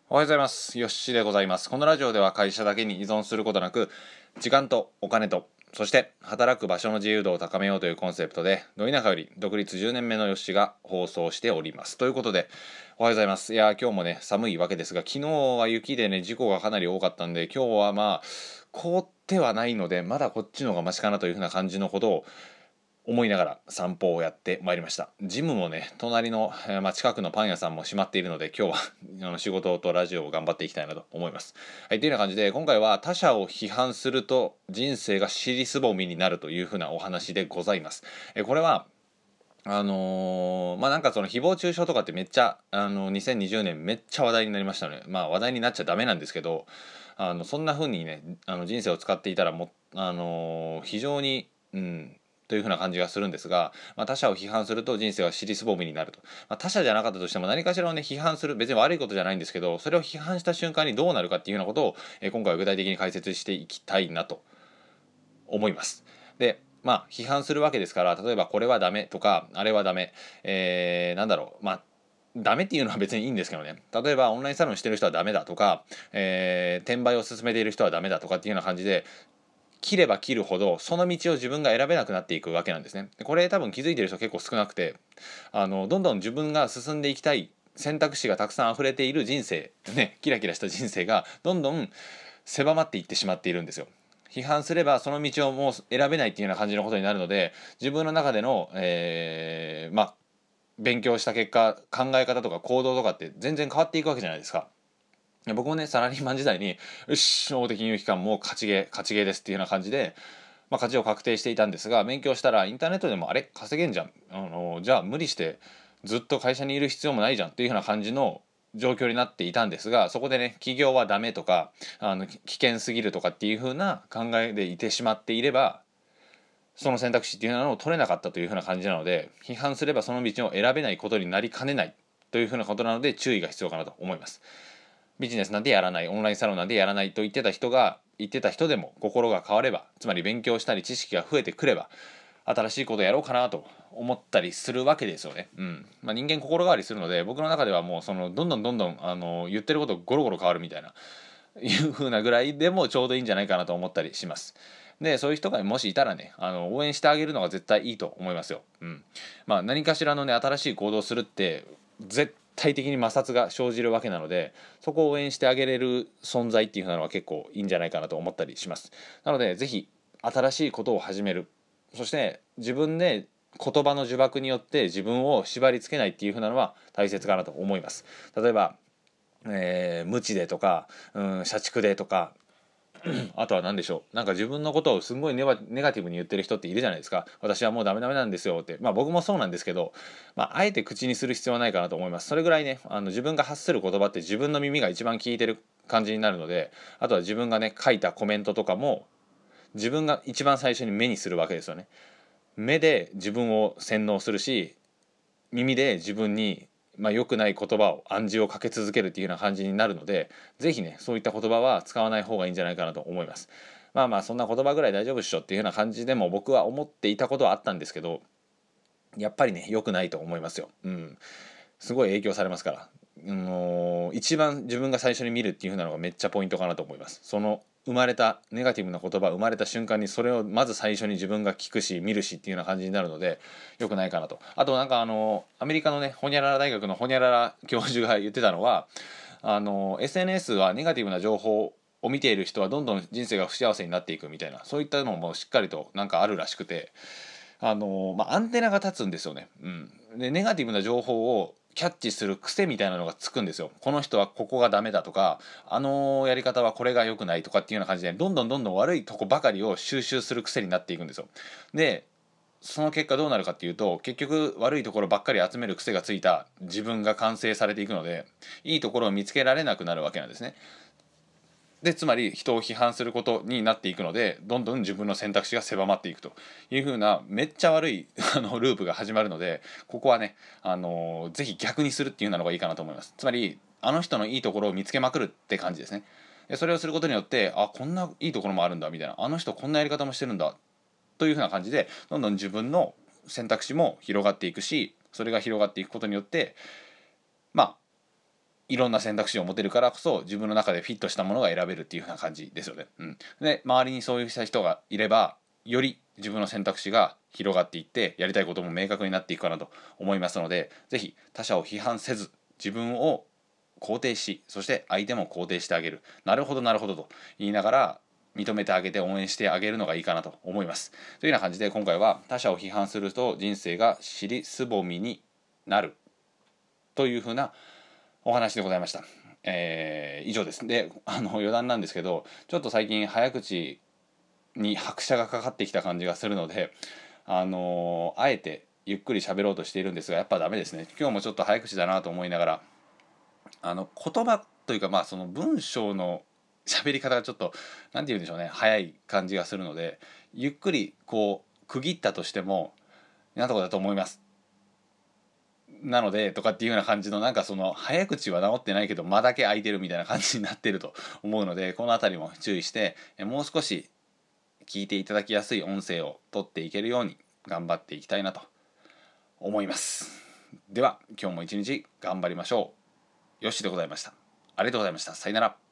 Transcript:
おはようございます。よっしーでございます。このラジオでは会社だけに依存することなく、時間とお金と、そして働く場所の自由度を高めようというコンセプトで、ど田舎より独立10年目のよっしーが放送しております。ということで、おはようございます。いや、今日もね、寒いわけですが、昨日は雪でね、事故がかなり多かったんで、今日は凍ってはないので、まだこっちの方がマシかなというふうな感じのことを思いながら散歩をやってまいりました。ジムもね、隣の、近くのパン屋さんも閉まっているので、今日は仕事とラジオを頑張っていきたいなと思います。はい、というような感じで、今回は他者を批判すると人生が尻すぼみになるというふうなお話でございます。これはなんかその誹謗中傷とかってめっちゃ2020年めっちゃ話題になりましたね。話題になっちゃダメなんですけど、そんな風にね人生を使っていたら非常にというふうな感じがするんですが、他者を批判すると人生は尻すぼみになると、他者じゃなかったとしても何かしらをね批判する、別に悪いことじゃないんですけど、それを批判した瞬間にどうなるかっていうようなことを、今回は具体的に解説していきたいなと思います。で批判するわけですから、例えばこれはダメとかあれはダメ、ダメっていうのは別にいいんですけどね、例えばオンラインサロンしてる人はダメだとか、転売を進めている人はダメだとかっていうような感じで、切れば切るほどその道を自分が選べなくなっていくわけなんですね。これ多分気づいてる人結構少なくて、どんどん自分が進んでいきたい選択肢がたくさん溢れている人生ね、キラキラした人生がどんどん狭まっていってしまっているんですよ。批判すればその道をもう選べないっていうような感じのことになるので、自分の中での、勉強した結果考え方とか行動とかって全然変わっていくわけじゃないですか。僕もねサラリーマン時代によし大手金融機関も勝ちゲーですっていうような感じで、勝ちを確定していたんですが、勉強したらインターネットでもあれ稼げんじゃん、じゃあ無理してずっと会社にいる必要もないじゃんっていうような感じの状況になっていたんですが、そこでね起業はダメとか危険すぎるとかっていう風な考えでいてしまっていれば、その選択肢っていうのを取れなかったという風な感じなので、批判すればその道を選べないことになりかねないという風なことなので注意が必要かなと思います。ビジネスなんてやらない、オンラインサロンなんてやらないと言ってた人でも心が変われば、つまり勉強したり知識が増えてくれば、新しいことやろうかなと思ったりするわけですよね。人間心変わりするので、僕の中ではもうそのどんどん言ってることゴロゴロ変わるみたいないう風なぐらいでもちょうどいいんじゃないかなと思ったりします。でそういう人がもしいたらね、応援してあげるのが絶対いいと思いますよ。何かしらのね新しい行動をするって絶対的に摩擦が生じるわけなので、そこを応援してあげれる存在っていうのは結構いいんじゃないかなと思ったりします。なのでぜひ新しいことを始める、そして自分で言葉の呪縛によって自分を縛り付けないっていう風なのは大切かなと思います。例えば、無知でとか、社畜でとか、あとは何でしょう、なんか自分のことをすんごいネガティブに言ってる人っているじゃないですか。私はもうダメなんですよって、僕もそうなんですけど、あえて口にする必要はないかなと思います。それぐらいね自分が発する言葉って自分の耳が一番聞いてる感じになるので、あとは自分がね書いたコメントとかも自分が一番最初に目にするわけですよね。目で自分を洗脳するし、耳で自分に良くない言葉を暗示をかけ続けるっていうような感じになるので、ぜひねそういった言葉は使わない方がいいんじゃないかなと思います。そんな言葉ぐらい大丈夫っしょっていうような感じでも僕は思っていたことはあったんですけど、やっぱりね良くないと思いますよ。すごい影響されますから、一番自分が最初に見るっていう風なのがめっちゃポイントかなと思います。その生まれたネガティブな言葉生まれた瞬間にそれをまず最初に自分が聞くし見るしっていうような感じになるので良くないかなと。あとなんかアメリカのねホニャララ大学のホニャララ教授が言ってたのは、SNS はネガティブな情報を見ている人はどんどん人生が不幸せになっていくみたいな、そういったのもしっかりとなんかあるらしくて、アンテナが立つんですよね。でネガティブな情報をキャッチする癖みたいなのがつくんですよ。この人はここがダメだとか、やり方はこれが良くないとかっていうような感じで、どんどん悪いとこばかりを収集する癖になっていくんですよ。でその結果どうなるかっていうと、結局悪いところばっかり集める癖がついた自分が完成されていくので、いいところを見つけられなくなるわけなんですね。でつまり人を批判することになっていくので、どんどん自分の選択肢が狭まっていくという風なめっちゃ悪いループが始まるので、ここはねぜひ逆にするっていうのがいいかなと思います。つまりあの人のいいところを見つけまくるって感じですね。でそれをすることによって、こんないいところもあるんだみたいな、あの人こんなやり方もしてるんだという風な感じで、どんどん自分の選択肢も広がっていくし、それが広がっていくことによってまあいろんな選択肢を持てるからこそ自分の中でフィットしたものが選べるっていう風な感じですよね。で周りにそういう人がいればより自分の選択肢が広がっていってやりたいことも明確になっていくかなと思いますので、ぜひ他者を批判せず自分を肯定し、そして相手も肯定してあげる。なるほどなるほどと言いながら認めてあげて応援してあげるのがいいかなと思います。というような感じで今回は他者を批判すると人生が尻すぼみになるというふうなお話でございました。以上です。で余談なんですけど、ちょっと最近早口に拍車がかかってきた感じがするので、あえてゆっくり喋ろうとしているんですがやっぱダメですね。今日もちょっと早口だなと思いながら言葉というかその文章の喋り方がちょっと何て言うんでしょうね、早い感じがするので、ゆっくりこう区切ったとしてもなんとかだと思いますなのでとかっていうような感じのその早口は治ってないけど間だけ空いてるみたいな感じになってると思うので、この辺りも注意してもう少し聞いていただきやすい音声を取っていけるように頑張っていきたいなと思います。では今日も一日頑張りましょう。よしでございました。ありがとうございました。さよなら。